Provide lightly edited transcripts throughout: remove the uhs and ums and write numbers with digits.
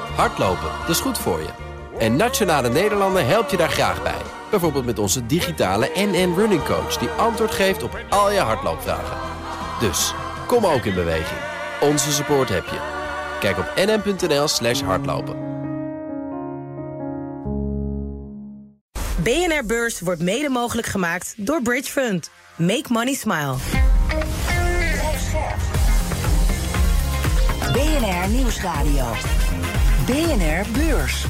Hardlopen, dat is goed voor je. En Nationale Nederlanden helpt je daar graag bij. Bijvoorbeeld met onze digitale NN Running Coach... die antwoord geeft op al je hardloopvragen. Dus, kom ook in beweging. Onze support heb je. Kijk op nn.nl/hardlopen. BNR Beurs wordt mede mogelijk gemaakt door Bridge Fund. Make money smile. BNR Nieuwsradio. BNR Beurs.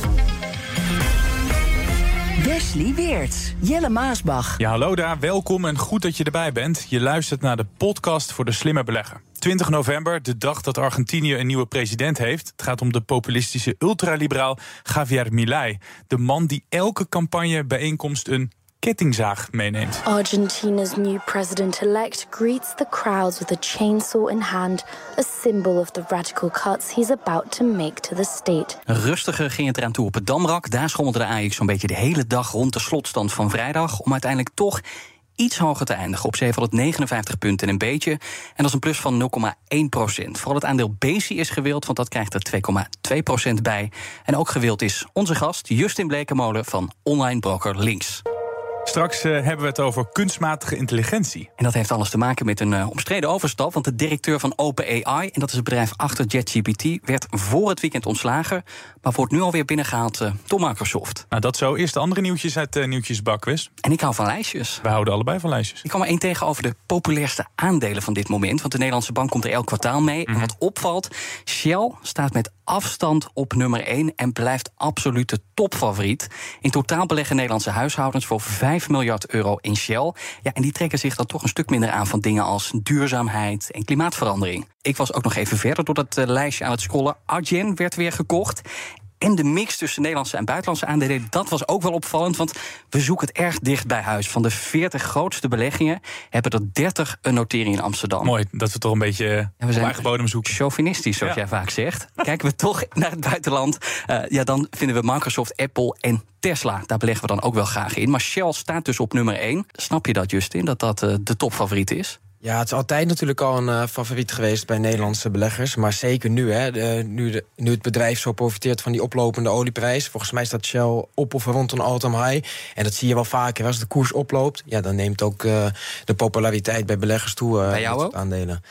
Wesley Weerts, Jelle Maasbach. Ja, hallo daar, welkom en goed dat je erbij bent. Je luistert naar de podcast voor de slimme belegger. 20 november, de dag dat Argentinië een nieuwe president heeft. Het gaat om de populistische ultraliberaal Javier Milei. De man die elke campagnebijeenkomst een kettingzaag meeneemt. Argentina's new president-elect greets the crowds with a chainsaw in hand, a symbol of the radical cuts he's about to make to the state. Rustiger ging het eraan toe op het Damrak. Daar schommelde de AX zo'n beetje de hele dag rond de slotstand van vrijdag, om uiteindelijk toch iets hoger te eindigen, op 759 punten en een beetje. En dat is een plus van 0,1%. Vooral het aandeel Besi is gewild, want dat krijgt er 2,2% bij. En ook gewild is onze gast Justin Blekemolen van online broker Links. Straks hebben we het over kunstmatige intelligentie. En dat heeft alles te maken met een omstreden overstap. Want de directeur van OpenAI, en dat is het bedrijf achter ChatGPT, werd voor het weekend ontslagen, maar wordt nu alweer binnengehaald door Microsoft. Nou, dat zo. Eerst de andere nieuwtjes uit Nieuwtjesbak, Wes. En ik hou van lijstjes. We houden allebei van lijstjes. Ik kwam er één tegen over de populairste aandelen van dit moment. Want de Nederlandse bank komt er elk kwartaal mee. En wat opvalt, Shell staat met afstand op nummer 1 en blijft absoluut de topfavoriet. In totaal beleggen Nederlandse huishoudens voor 5 miljard euro in Shell. Ja, en die trekken zich dan toch een stuk minder aan van dingen als duurzaamheid en klimaatverandering. Ik was ook nog even verder door dat lijstje aan het scrollen. Adyen werd weer gekocht. En de mix tussen Nederlandse en buitenlandse aandelen, dat was ook wel opvallend, want we zoeken het erg dicht bij huis. Van de 40 grootste beleggingen hebben er 30 een notering in Amsterdam. Mooi, dat we toch een beetje op eigen bodem zoeken. Chauvinistisch, zoals jij vaak zegt. Kijken we toch naar het buitenland, dan vinden we Microsoft, Apple en Tesla. Daar beleggen we dan ook wel graag in. Maar Shell staat dus op nummer 1. Snap je dat, Justin, dat dat de topfavoriet is? Ja, het is altijd natuurlijk al een favoriet geweest bij Nederlandse beleggers. Maar zeker nu, nu het bedrijf zo profiteert van die oplopende olieprijs. Volgens mij staat Shell op of rond een all-time high. En dat zie je wel vaker. Als de koers oploopt, dan neemt ook de populariteit bij beleggers toe. Bij jou ook? Aandelen.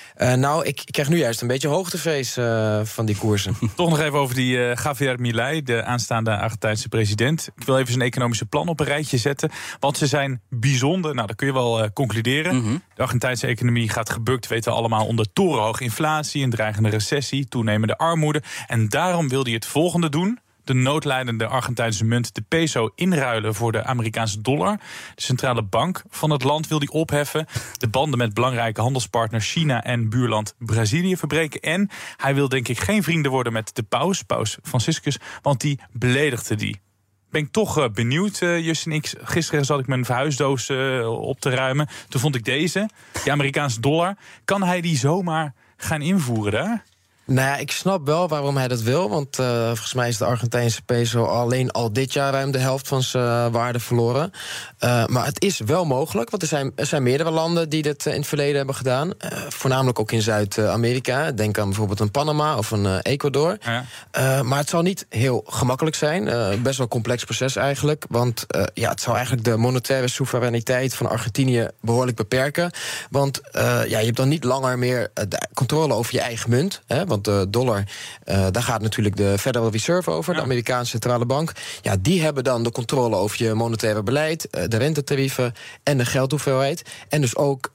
Ik krijg nu juist een beetje hoogtevrees van die koersen. Toch nog even over die Javier Milei, de aanstaande Argentijnse president. Ik wil even zijn economische plan op een rijtje zetten. Want ze zijn bijzonder, dat kun je wel concluderen. De Argentijnse economie gaat gebukt, weten we allemaal, onder torenhoge inflatie, een dreigende recessie, toenemende armoede. En daarom wil hij het volgende doen: de noodlijdende Argentijnse munt, de peso, inruilen voor de Amerikaanse dollar. De centrale bank van het land wil die opheffen. De banden met belangrijke handelspartners China en buurland Brazilië verbreken. En hij wil denk ik geen vrienden worden met de paus Franciscus, want die beledigde die. Ben ik toch benieuwd, Justin. Gisteren zat ik mijn verhuisdoos op te ruimen. Toen vond ik deze, de Amerikaanse dollar. Kan hij die zomaar gaan invoeren daar? Nou ja, ik snap wel waarom hij dat wil. Want volgens mij is de Argentijnse peso alleen al dit jaar ruim de helft van zijn waarde verloren. Maar het is wel mogelijk, want er zijn meerdere landen die dit in het verleden hebben gedaan. Voornamelijk ook in Zuid-Amerika. Denk aan bijvoorbeeld een Panama of een Ecuador. Ja. Maar het zal niet heel gemakkelijk zijn. Best wel een complex proces eigenlijk. Want het zal eigenlijk de monetaire soevereiniteit van Argentinië behoorlijk beperken. Want je hebt dan niet langer meer de controle over je eigen munt. Want de dollar, daar gaat natuurlijk de Federal Reserve over, de Amerikaanse centrale bank. Ja, die hebben dan de controle over je monetaire beleid, de rentetarieven en de geldhoeveelheid. En dus ook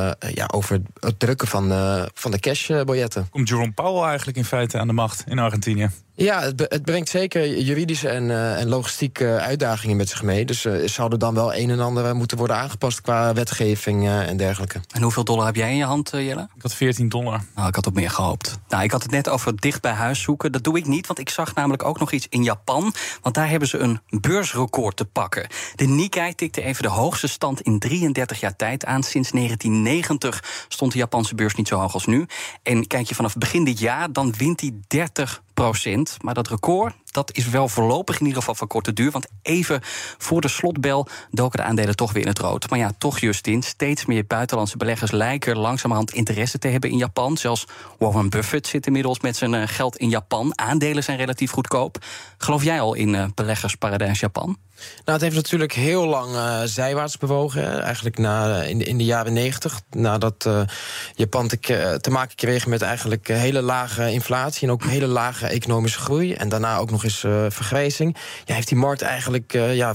over het drukken van de cashbiljetten. Komt Jerome Powell eigenlijk in feite aan de macht in Argentinië? Ja, het brengt zeker juridische en logistieke uitdagingen met zich mee. Dus zal er dan wel een en ander moeten worden aangepast qua wetgeving en dergelijke. En hoeveel dollar heb jij in je hand, Jelle? Ik had $14. Nou, ik had op meer gehoopt. Nou, ik had het net over dicht bij huis zoeken. Dat doe ik niet, want ik zag namelijk ook nog iets in Japan. Want daar hebben ze een beursrecord te pakken. De Nikkei tikte even de hoogste stand in 33 jaar tijd aan. Sinds 1990 stond de Japanse beurs niet zo hoog als nu. En kijk je vanaf begin dit jaar, dan wint hij 30%. Maar dat record, dat is wel voorlopig in ieder geval van korte duur. Want even voor de slotbel doken de aandelen toch weer in het rood. Maar ja, toch Justin, steeds meer buitenlandse beleggers lijken langzamerhand interesse te hebben in Japan. Zelfs Warren Buffett zit inmiddels met zijn geld in Japan. Aandelen zijn relatief goedkoop. Geloof jij al in beleggersparadijs Japan? Nou, het heeft natuurlijk heel lang zijwaarts bewogen. Hè. Eigenlijk in de jaren 90, nadat Japan te maken kreeg met eigenlijk hele lage inflatie en ook hele lage economische groei. En daarna ook nog eens vergrijzing. Ja, heeft die markt eigenlijk,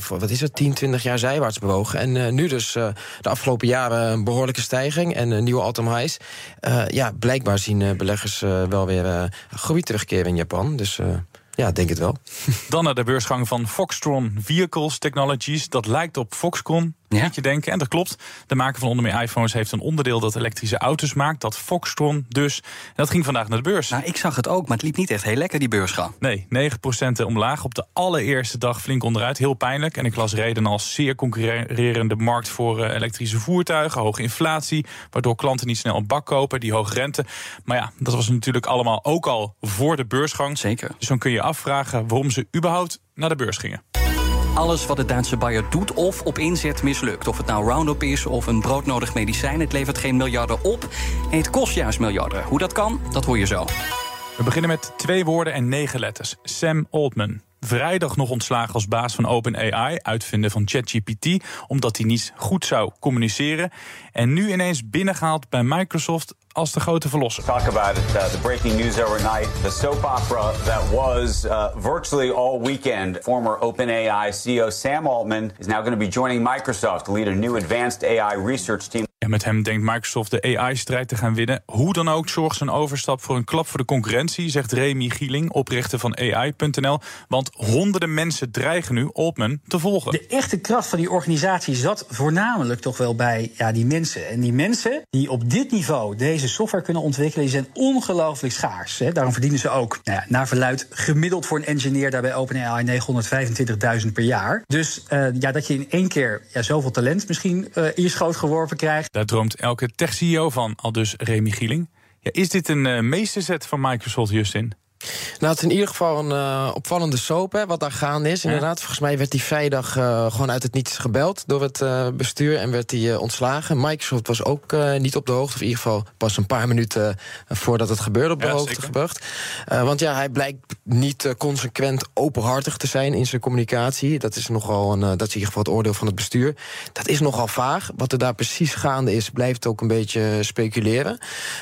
10, 20 jaar zijwaarts bewogen. En nu dus de afgelopen jaren een behoorlijke stijging en een nieuwe all-time highs. Blijkbaar zien beleggers wel weer groei terugkeren in Japan. Dus ja, ik denk het wel. Dan naar de beursgang van Foxtron Vehicles Technologies. Dat lijkt op Foxconn, moet je denken. En dat klopt. De maker van onder meer iPhones heeft een onderdeel dat elektrische auto's maakt. Dat Foxtron dus. En dat ging vandaag naar de beurs. Nou, ik zag het ook, maar het liep niet echt heel lekker, die beursgang. Nee, 9% omlaag. Op de allereerste dag flink onderuit. Heel pijnlijk. En ik las reden als zeer concurrerende markt voor elektrische voertuigen. Hoge inflatie, waardoor klanten niet snel een bak kopen. Die hoge rente. Maar ja, dat was natuurlijk allemaal ook al voor de beursgang. Zeker. Dus dan kun je afvragen waarom ze überhaupt naar de beurs gingen. Alles wat de Duitse Bayer doet of op inzet mislukt. Of het nou Roundup is of een broodnodig medicijn. Het levert geen miljarden op en het kost juist miljarden. Hoe dat kan, dat hoor je zo. We beginnen met 2 woorden en 9 letters. Sam Altman. Vrijdag nog ontslagen als baas van OpenAI, uitvinder van ChatGPT, omdat hij niet goed zou communiceren. En nu ineens binnengehaald bij Microsoft als de grote verlosser. Talk about it, the breaking news overnight. The soap opera that was virtually all weekend. Former OpenAI CEO Sam Altman is now going to be joining Microsoft to lead a new advanced AI research team. Ja, met hem denkt Microsoft de AI-strijd te gaan winnen. Hoe dan ook zorgt zijn overstap voor een klap voor de concurrentie, zegt Remy Gieling, oprichter van AI.nl. Want honderden mensen dreigen nu Altman te volgen. De echte kracht van die organisatie zat voornamelijk toch wel bij die mensen. En die mensen die op dit niveau deze software kunnen ontwikkelen, die zijn ongelooflijk schaars. Hè. Daarom verdienen ze ook, naar verluidt, gemiddeld voor een engineer daar bij OpenAI $925.000 per jaar. Dus dat je in één keer zoveel talent misschien in je schoot geworpen krijgt. Daar droomt elke tech-CEO van, aldus Remy Gieling. Ja, is dit een meesterzet van Microsoft, Justin? Nou, het is in ieder geval een opvallende soap, hè, wat daar gaande is. Inderdaad, volgens mij werd hij vrijdag gewoon uit het niets gebeld door het bestuur en werd hij ontslagen. Microsoft was ook niet op de hoogte, of in ieder geval pas een paar minuten voordat het gebeurde op de hoogte gebracht. Want hij blijkt niet consequent openhartig te zijn in zijn communicatie. Dat is nogal dat is in ieder geval het oordeel van het bestuur. Dat is nogal vaag. Wat er daar precies gaande is, blijft ook een beetje speculeren.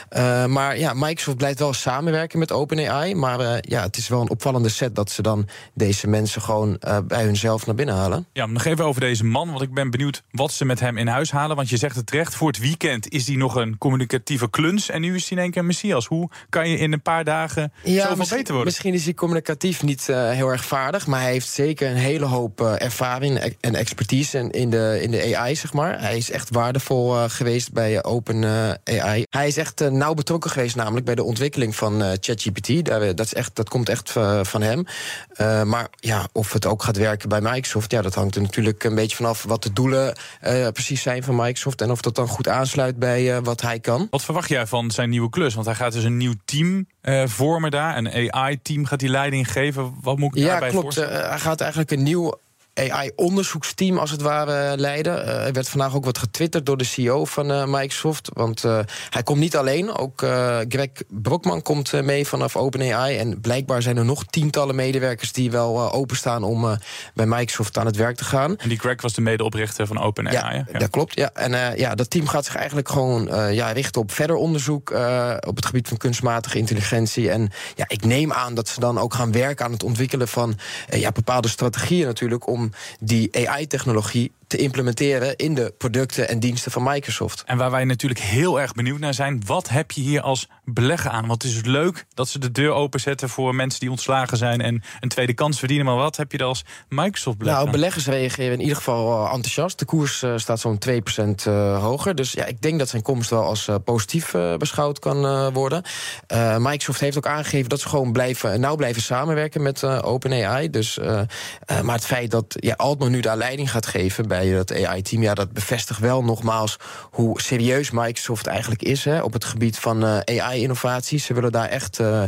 Maar Microsoft blijft wel samenwerken met OpenAI. Maar het is wel een opvallende set dat ze dan deze mensen gewoon bij hunzelf naar binnen halen. Ja, maar nog even over deze man, want ik ben benieuwd wat ze met hem in huis halen. Want je zegt het terecht, voor het weekend is hij nog een communicatieve kluns en nu is hij in één keer een messias. Hoe kan je in een paar dagen zoveel beter worden? Misschien is hij communicatief niet heel erg vaardig, maar hij heeft zeker een hele hoop ervaring en expertise in de AI, zeg maar. Hij is echt waardevol geweest bij OpenAI. Hij is echt nauw betrokken geweest namelijk bij de ontwikkeling van ChatGPT. Dat komt echt van hem. Maar of het ook gaat werken bij Microsoft, dat hangt er natuurlijk een beetje vanaf wat de doelen precies zijn van Microsoft en of dat dan goed aansluit bij wat hij kan. Wat verwacht jij van zijn nieuwe klus? Want hij gaat dus een nieuw team vormen daar. Een AI-team gaat die leiding geven. Wat moet ik daarbij voorstellen? Ja, klopt. Hij gaat eigenlijk een nieuw AI-onderzoeksteam als het ware leiden. Er werd vandaag ook wat getwitterd door de CEO van Microsoft. Want hij komt niet alleen. Ook Greg Brockman komt mee vanaf OpenAI. En blijkbaar zijn er nog tientallen medewerkers die wel openstaan om bij Microsoft aan het werk te gaan. En die Greg was de medeoprichter van OpenAI. Ja, dat klopt. Ja. En dat team gaat zich eigenlijk gewoon richten op verder onderzoek op het gebied van kunstmatige intelligentie. En ik neem aan dat ze dan ook gaan werken aan het ontwikkelen van bepaalde strategieën natuurlijk om die AI-technologie te implementeren in de producten en diensten van Microsoft. En waar wij natuurlijk heel erg benieuwd naar zijn, wat heb je hier als belegger aan? Want het is leuk dat ze de deur openzetten voor mensen die ontslagen zijn en een tweede kans verdienen. Maar wat heb je er als Microsoft-belegger? Nou, beleggers reageren in ieder geval enthousiast. De koers staat zo'n 2% hoger. Dus ik denk dat zijn komst wel als positief beschouwd kan worden. Microsoft heeft ook aangegeven dat ze gewoon nauw blijven samenwerken met OpenAI. Dus, maar het feit dat Altman nu daar leiding gaat geven bij dat AI-team, dat bevestigt wel nogmaals hoe serieus Microsoft eigenlijk is op het gebied van AI-innovaties. Ze willen daar echt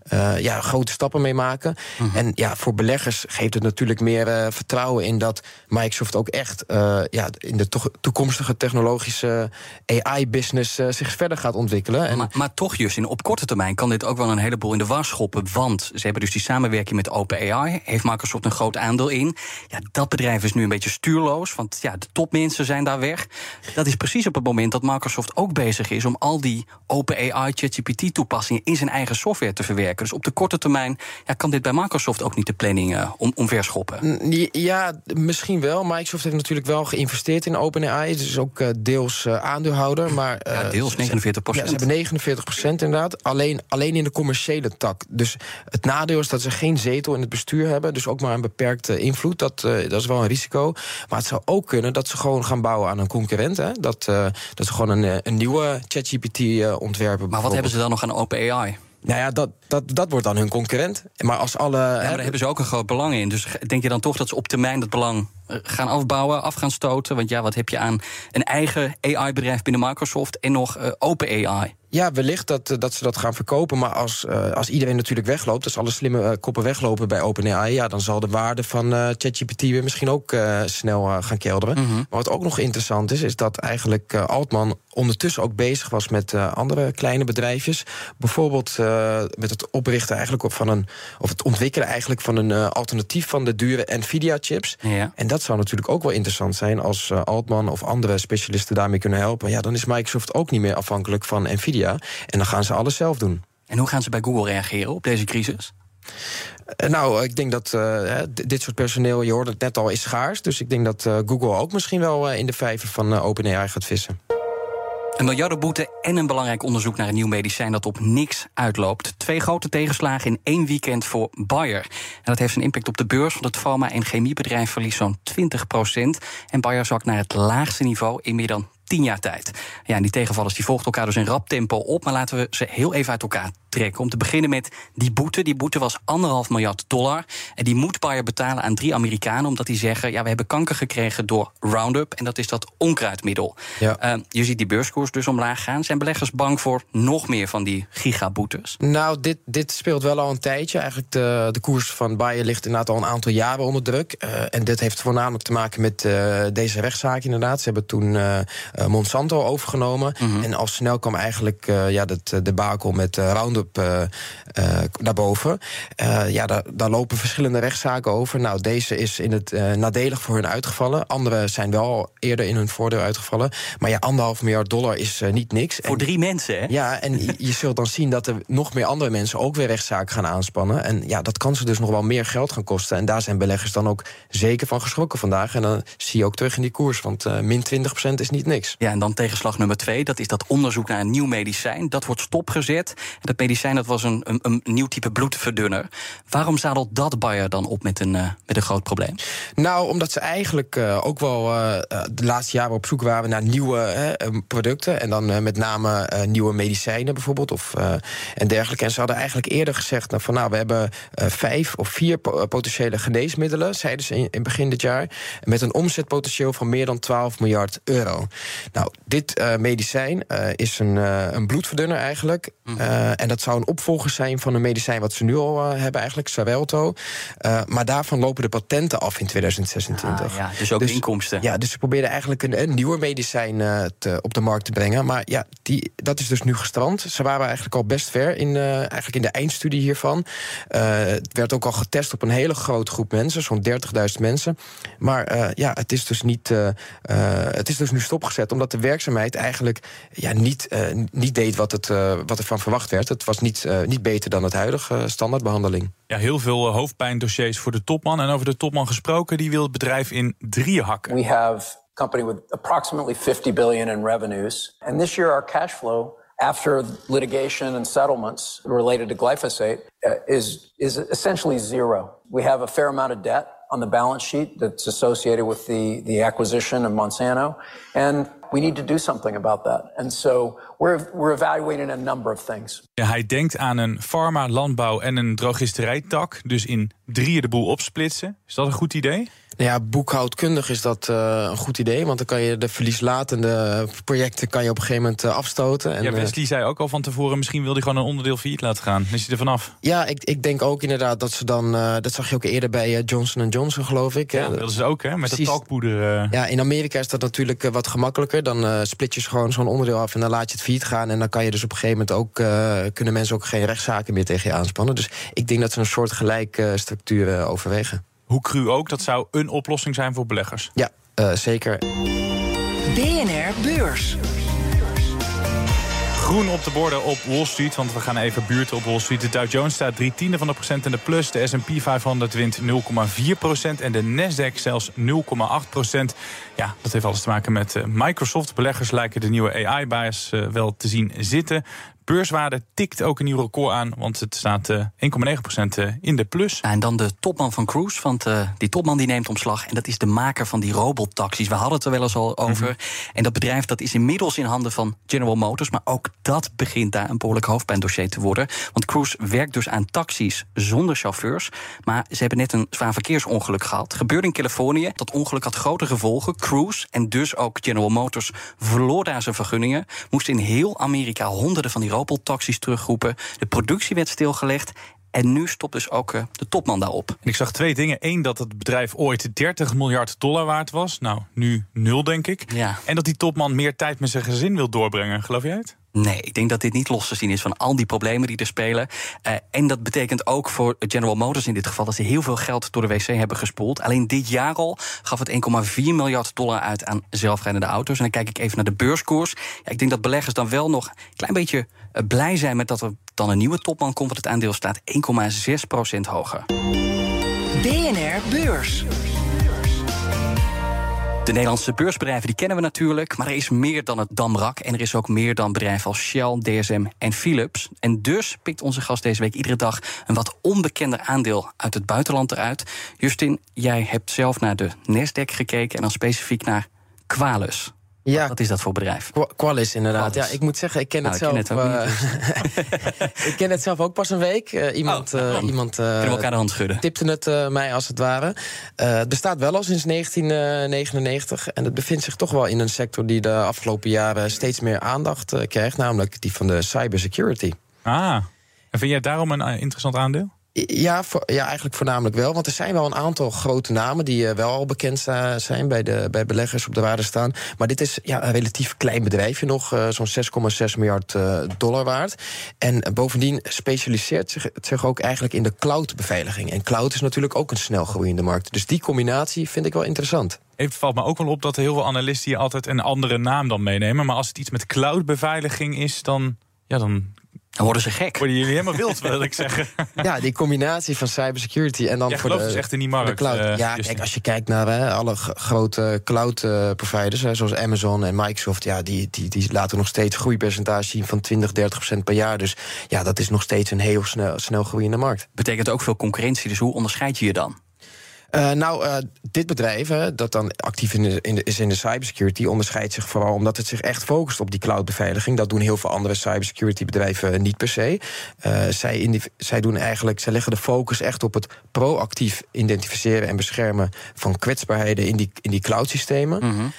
grote stappen mee maken. En voor beleggers geeft het natuurlijk meer vertrouwen in dat Microsoft ook echt in de toekomstige technologische AI-business zich verder gaat ontwikkelen. Maar toch, Justin, op korte termijn kan dit ook wel een heleboel in de war schoppen. Want ze hebben dus die samenwerking met OpenAI. Heeft Microsoft een groot aandeel in. Ja, dat bedrijf is nu een beetje stuurloos. Want de topmensen zijn daar weg. Dat is precies op het moment dat Microsoft ook bezig is om al die OpenAI, ChatGPT-toepassingen in zijn eigen software te verwerken. Dus op de korte termijn kan dit bij Microsoft ook niet de planning omverschoppen. Ja, misschien wel. Microsoft heeft natuurlijk wel geïnvesteerd in OpenAI. Dus ook deels aandeelhouder. Maar, deels 49%. Ja, ze hebben 49% inderdaad. Alleen in de commerciële tak. Dus het nadeel is dat ze geen zetel in het bestuur hebben. Dus ook maar een beperkte invloed. Dat is wel een risico. Maar het zou ook kunnen dat ze gewoon gaan bouwen aan een concurrent. Hè? Dat ze gewoon een nieuwe ChatGPT ontwerpen. Maar wat hebben ze dan nog aan OpenAI? Nou ja, dat wordt dan hun concurrent. Maar als alle. Maar daar hebben ze ook een groot belang in. Dus denk je dan toch dat ze op termijn dat belang gaan afbouwen, af gaan stoten? Want wat heb je aan een eigen AI-bedrijf binnen Microsoft en nog OpenAI? Ja, wellicht dat ze dat gaan verkopen. Maar als iedereen natuurlijk wegloopt, als alle slimme koppen weglopen bij OpenAI, dan zal de waarde van ChatGPT weer misschien ook snel gaan kelderen. Maar wat ook nog interessant is dat eigenlijk Altman ondertussen ook bezig was met andere kleine bedrijfjes. Bijvoorbeeld met het oprichten eigenlijk of het ontwikkelen eigenlijk van een alternatief van de dure Nvidia-chips. Ja. En dat zou natuurlijk ook wel interessant zijn als Altman of andere specialisten daarmee kunnen helpen. Ja, dan is Microsoft ook niet meer afhankelijk van Nvidia. En dan gaan ze alles zelf doen. En hoe gaan ze bij Google reageren op deze crisis? Ik denk dat dit soort personeel, je hoorde het net al, is schaars. Dus ik denk dat Google ook misschien wel in de vijver van OpenAI gaat vissen. Een miljardenboete en een belangrijk onderzoek naar een nieuw medicijn dat op niks uitloopt. 2 grote tegenslagen in 1 weekend voor Bayer. En dat heeft een impact op de beurs, want het farma- en chemiebedrijf verliest zo'n 20%. En Bayer zakt naar het laagste niveau in meer dan 10 jaar tijd. Ja, en die tegenvallers die volgen elkaar dus in rap tempo op. Maar laten we ze heel even uit elkaar trekken. Om te beginnen met die boete. Die boete was $1,5 miljard. En die moet Bayer betalen aan 3 Amerikanen. Omdat die zeggen, we hebben kanker gekregen door Roundup. En dat is dat onkruidmiddel. Ja. Je ziet die beurskoers dus omlaag gaan. Zijn beleggers bang voor nog meer van die gigaboetes? Nou, dit speelt wel al een tijdje. Eigenlijk de koers van Bayer ligt inderdaad al een aantal jaren onder druk. En dit heeft voornamelijk te maken met deze rechtszaak inderdaad. Ze hebben toen Monsanto overgenomen. En al snel kwam eigenlijk dat debakel met Roundup naar boven. Daar lopen verschillende rechtszaken over. Nou, deze is in het nadelig voor hun uitgevallen. Andere zijn wel eerder in hun voordeel uitgevallen. Maar $1,5 miljard is niet niks. Voor 3 mensen, hè? Ja, en je zult dan zien dat er nog meer andere mensen ook weer rechtszaken gaan aanspannen. En dat kan ze dus nog wel meer geld gaan kosten. En daar zijn beleggers dan ook zeker van geschrokken vandaag. En dan zie je ook terug in die koers, want min 20% is niet niks. Ja, en dan tegenslag nummer 2, dat is dat onderzoek naar een nieuw medicijn. Dat wordt stopgezet. En dat medicijn, dat was een nieuw type bloedverdunner. Waarom zadelt dat Bayer dan op met een groot probleem? Nou, omdat ze eigenlijk ook wel de laatste jaren op zoek waren naar nieuwe producten. En dan met name nieuwe medicijnen bijvoorbeeld en dergelijke. En ze hadden eigenlijk eerder gezegd we hebben 5 of 4 potentiële geneesmiddelen, zeiden ze in begin dit jaar, met een omzetpotentieel van meer dan €12 miljard. Nou, dit medicijn is een bloedverdunner eigenlijk. En dat zou een opvolger zijn van een medicijn wat ze nu al hebben eigenlijk, Xarelto. Maar daarvan lopen de patenten af in 2026. Dus ook inkomsten. Ja, dus ze probeerden eigenlijk een nieuwe medicijn op de markt te brengen. Maar dat is dus nu gestrand. Ze waren eigenlijk al best ver in de eindstudie hiervan. Het werd ook al getest op een hele grote groep mensen, zo'n 30.000 mensen. Maar het is dus niet. Het is dus nu stopgezet, omdat de werkzaamheid eigenlijk niet deed wat ervan verwacht werd. Het was niet beter dan het huidige standaardbehandeling. Ja, heel veel hoofdpijndossiers voor de topman. En over de topman gesproken, die wil het bedrijf in 3 hakken. We have a company with approximately $50 billion in revenues. And this year our cash flow, after litigation and settlements related to glyphosate, is essentially zero. We have a fair amount of debt on the balance sheet that's associated with the acquisition of Monsanto. And we need to do something about that. And so we're evaluating a number of things. Ja, hij denkt aan een farma, landbouw en een drogisterijtak. Dus in 3 de boel opsplitsen. Is dat een goed idee? Nou ja, boekhoudkundig is dat een goed idee. Want dan kan je de verlieslatende projecten kan je op een gegeven moment afstoten. En, Wesley zei ook al van tevoren, misschien wil hij gewoon een onderdeel failliet laten gaan. Is hij er vanaf? Ja, ik denk ook inderdaad dat ze dan... dat zag je ook eerder bij Johnson & Johnson, geloof ik. Ja, dat wilden ze ook, hè? Met precies. dat talkpoeder. Ja, in Amerika is dat natuurlijk wat gemakkelijker. Dan split je gewoon zo'n onderdeel af en dan laat je het failliet gaan. En dan kan je dus op een gegeven moment ook... kunnen mensen ook geen rechtszaken meer tegen je aanspannen. Dus ik denk dat ze een soort gelijke structuur overwegen. Hoe cru ook, dat zou een oplossing zijn voor beleggers. Ja, zeker. BNR Beurs. Groen op de borden op Wall Street, want we gaan even buurten op Wall Street. De Dow Jones staat 0,3% in de plus. De S&P 500 wint 0,4% en de Nasdaq zelfs 0,8%. Ja, dat heeft alles te maken met Microsoft. Beleggers lijken de nieuwe AI-bias wel te zien zitten. Beurswaarde tikt ook een nieuw record aan, want het staat 1,9% in de plus. Ja, en dan de topman van Cruise, want die topman die neemt omslag. En dat is de maker van die robottaxis. We hadden het er wel eens al over. Mm-hmm. En dat bedrijf dat is inmiddels in handen van General Motors. Maar ook dat begint daar een behoorlijk hoofdpijndossier te worden. Want Cruise werkt dus aan taxis zonder chauffeurs. Maar ze hebben net een zwaar verkeersongeluk gehad. Het gebeurde in Californië. Dat ongeluk had grote gevolgen. Cruise en dus ook General Motors verloor daar zijn vergunningen. Moesten in heel Amerika honderden van die robottaxis terugroepen. De productie werd stilgelegd. En nu stopt dus ook de topman daarop. En ik zag 2 dingen. 1, dat het bedrijf ooit $30 miljard waard was. Nou, nu 0, denk ik. Ja. En dat die topman meer tijd met zijn gezin wil doorbrengen. Geloof jij het? Nee, ik denk dat dit niet los te zien is van al die problemen die er spelen. En dat betekent ook voor General Motors in dit geval dat ze heel veel geld door de wc hebben gespoeld. Alleen dit jaar al gaf het $1,4 miljard uit aan zelfrijdende auto's. En dan kijk ik even naar de beurskoers. Ja, ik denk dat beleggers dan wel nog een klein beetje blij zijn met dat er dan een nieuwe topman komt. Want het aandeel staat 1,6% hoger. BNR Beurs. De Nederlandse beursbedrijven die kennen we natuurlijk, maar er is meer dan het damrak. En er is ook meer dan bedrijven als Shell, DSM en Philips. En dus pikt onze gast deze week iedere dag een wat onbekender aandeel uit het buitenland eruit. Justin, jij hebt zelf naar de Nasdaq gekeken en dan specifiek naar Qualys. Ja. Wat is dat voor bedrijf? Qualys, inderdaad. Qualys. Ja, ik moet zeggen, ik ken het zelf. Ik ken het zelf ook pas een week. Iemand kunnen we elkaar de hand schudden. Tipte het mij als het ware. Het bestaat wel al sinds 1999. En het bevindt zich toch wel in een sector die de afgelopen jaren steeds meer aandacht krijgt. Namelijk die van de cybersecurity. En vind jij daarom een interessant aandeel? Ja, eigenlijk voornamelijk wel. Want er zijn wel een aantal grote namen die wel al bekend zijn bij beleggers op de waarde staan. Maar dit is een relatief klein bedrijfje nog, zo'n $6,6 miljard waard. En bovendien specialiseert het zich ook eigenlijk in de cloudbeveiliging. En cloud is natuurlijk ook een snel groeiende markt. Dus die combinatie vind ik wel interessant. Het valt me ook wel op dat er heel veel analisten hier altijd een andere naam dan meenemen. Maar als het iets met cloudbeveiliging is, dan worden ze gek. Worden jullie helemaal wild, wil ik zeggen. Ja, die combinatie van cybersecurity en dan voor de dus echt in die markt. De cloud. Kijk, als je kijkt naar alle grote cloud providers, zoals Amazon en Microsoft, die laten nog steeds groeipercentage zien van 20-30% per jaar. Dus ja, dat is nog steeds een heel snel groeiende markt. Betekent ook veel concurrentie, dus hoe onderscheid je je dan? Dit bedrijf, dat dan actief is in de cybersecurity, onderscheidt zich vooral omdat het zich echt focust op die cloudbeveiliging. Dat doen heel veel andere cybersecurity bedrijven niet per se. Zij leggen de focus echt op het proactief identificeren en beschermen van kwetsbaarheden in die cloudsystemen. Mm-hmm.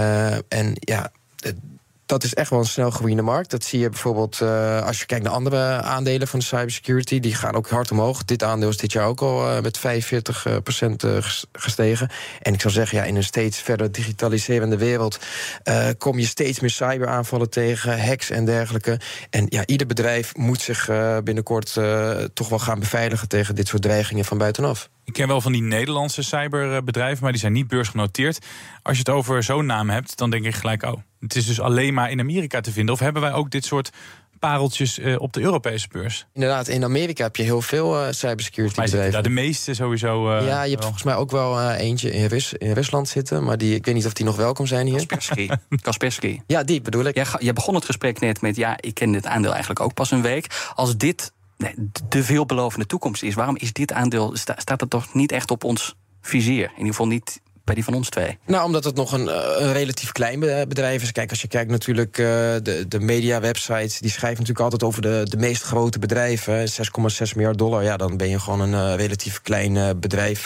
Dat is echt wel een snel groeiende markt. Dat zie je bijvoorbeeld als je kijkt naar andere aandelen van de cybersecurity. Die gaan ook hard omhoog. Dit aandeel is dit jaar ook al met 45% gestegen. En ik zou zeggen, in een steeds verder digitaliserende wereld kom je steeds meer cyberaanvallen tegen, hacks en dergelijke. En ieder bedrijf moet zich binnenkort toch wel gaan beveiligen tegen dit soort dreigingen van buitenaf. Ik ken wel van die Nederlandse cyberbedrijven, maar die zijn niet beursgenoteerd. Als je het over zo'n naam hebt, dan denk ik gelijk, het is dus alleen maar in Amerika te vinden. Of hebben wij ook dit soort pareltjes op de Europese beurs? Inderdaad, in Amerika heb je heel veel cybersecurity bedrijven. Daar de meeste sowieso. Je hebt volgens mij ook wel eentje in Rusland zitten, maar ik weet niet of die nog welkom zijn hier. Kaspersky. Ja, die bedoel ik. Jij begon het gesprek net met, ik ken dit aandeel eigenlijk ook pas een week. Als dit de veelbelovende toekomst is, waarom is dit aandeel, staat het toch niet echt op ons vizier? In ieder geval niet bij die van ons twee? Nou, omdat het nog een relatief klein bedrijf is. Kijk, als je kijkt natuurlijk, de media-websites, die schrijven natuurlijk altijd over de meest grote bedrijven. $6,6 miljard. Ja, dan ben je gewoon een relatief klein bedrijf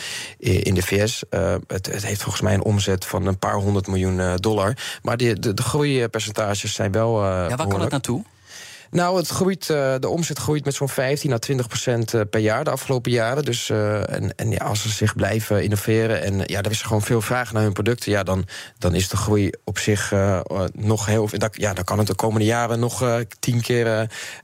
in de VS. Het heeft volgens mij een omzet van een paar $100 miljoen. Maar de groeipercentages zijn wel waar kan het naartoe? Nou, de omzet groeit met zo'n 15 à 20% per jaar de afgelopen jaren. Dus als ze zich blijven innoveren en er is gewoon veel vraag naar hun producten, ja, dan is de groei op zich nog heel. Dan kan het de komende jaren nog 10 keer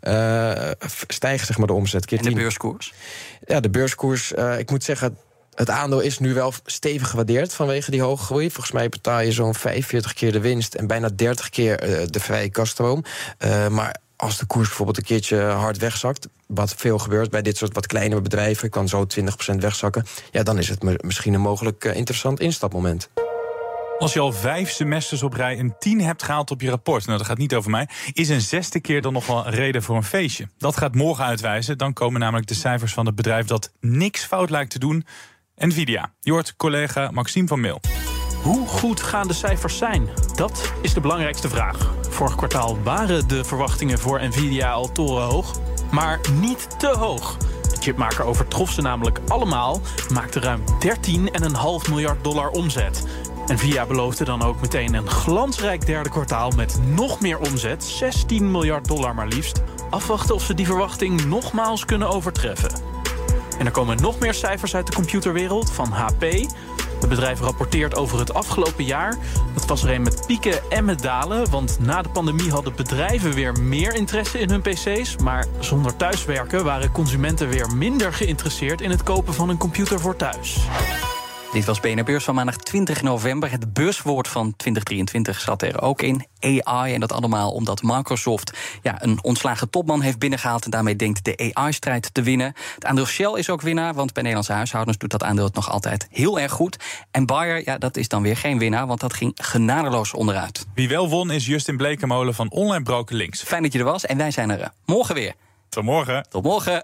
stijgen, zeg maar, de omzet. En de beurskoers? Ja, de beurskoers. Ik moet zeggen, het aandeel is nu wel stevig gewaardeerd vanwege die hoge groei. Volgens mij betaal je zo'n 45 keer de winst en bijna 30 keer de vrije kassastroom. Maar als de koers bijvoorbeeld een keertje hard wegzakt, wat veel gebeurt bij dit soort wat kleinere bedrijven, kan zo 20% wegzakken, ja, dan is het misschien een mogelijk interessant instapmoment. Als je al 5 semesters op rij een 10 hebt gehaald op je rapport, nou, dat gaat niet over mij, is een 6e keer dan nog wel een reden voor een feestje. Dat gaat morgen uitwijzen. Dan komen namelijk de cijfers van het bedrijf dat niks fout lijkt te doen, Nvidia. Je hoort collega Maxime van Meel. Hoe goed gaan de cijfers zijn? Dat is de belangrijkste vraag. Vorig kwartaal waren de verwachtingen voor Nvidia al torenhoog, maar niet te hoog. De chipmaker overtrof ze namelijk allemaal, maakte ruim $13,5 miljard omzet. Nvidia beloofde dan ook meteen een glansrijk derde kwartaal met nog meer omzet, $16 miljard maar liefst. Afwachten of ze die verwachting nogmaals kunnen overtreffen. En er komen nog meer cijfers uit de computerwereld van HP. Het bedrijf rapporteert over het afgelopen jaar. Dat was er een met pieken en met dalen, want na de pandemie hadden bedrijven weer meer interesse in hun pc's. Maar zonder thuiswerken waren consumenten weer minder geïnteresseerd in het kopen van een computer voor thuis. Dit was BNR Beurs van maandag 20 november. Het beurswoord van 2023 zat er ook in. AI, en dat allemaal omdat Microsoft een ontslagen topman heeft binnengehaald en daarmee denkt de AI-strijd te winnen. Het aandeel Shell is ook winnaar, want bij Nederlandse huishoudens doet dat aandeel het nog altijd heel erg goed. En Bayer, dat is dan weer geen winnaar, want dat ging genadeloos onderuit. Wie wel won is Justin Blekemolen van Online Broker Links. Fijn dat je er was en wij zijn er morgen weer. Tot morgen. Tot morgen.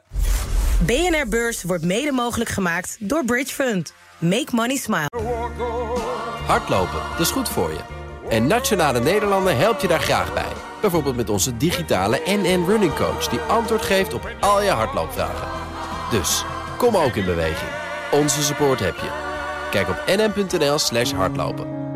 BNR Beurs wordt mede mogelijk gemaakt door Bridge Fund. Make money smile. Hardlopen, dat is goed voor je. En Nationale Nederlanden helpt je daar graag bij. Bijvoorbeeld met onze digitale NN Running Coach, die antwoord geeft op al je hardloopvragen. Dus, kom ook in beweging. Onze support heb je. Kijk op nn.nl/hardlopen.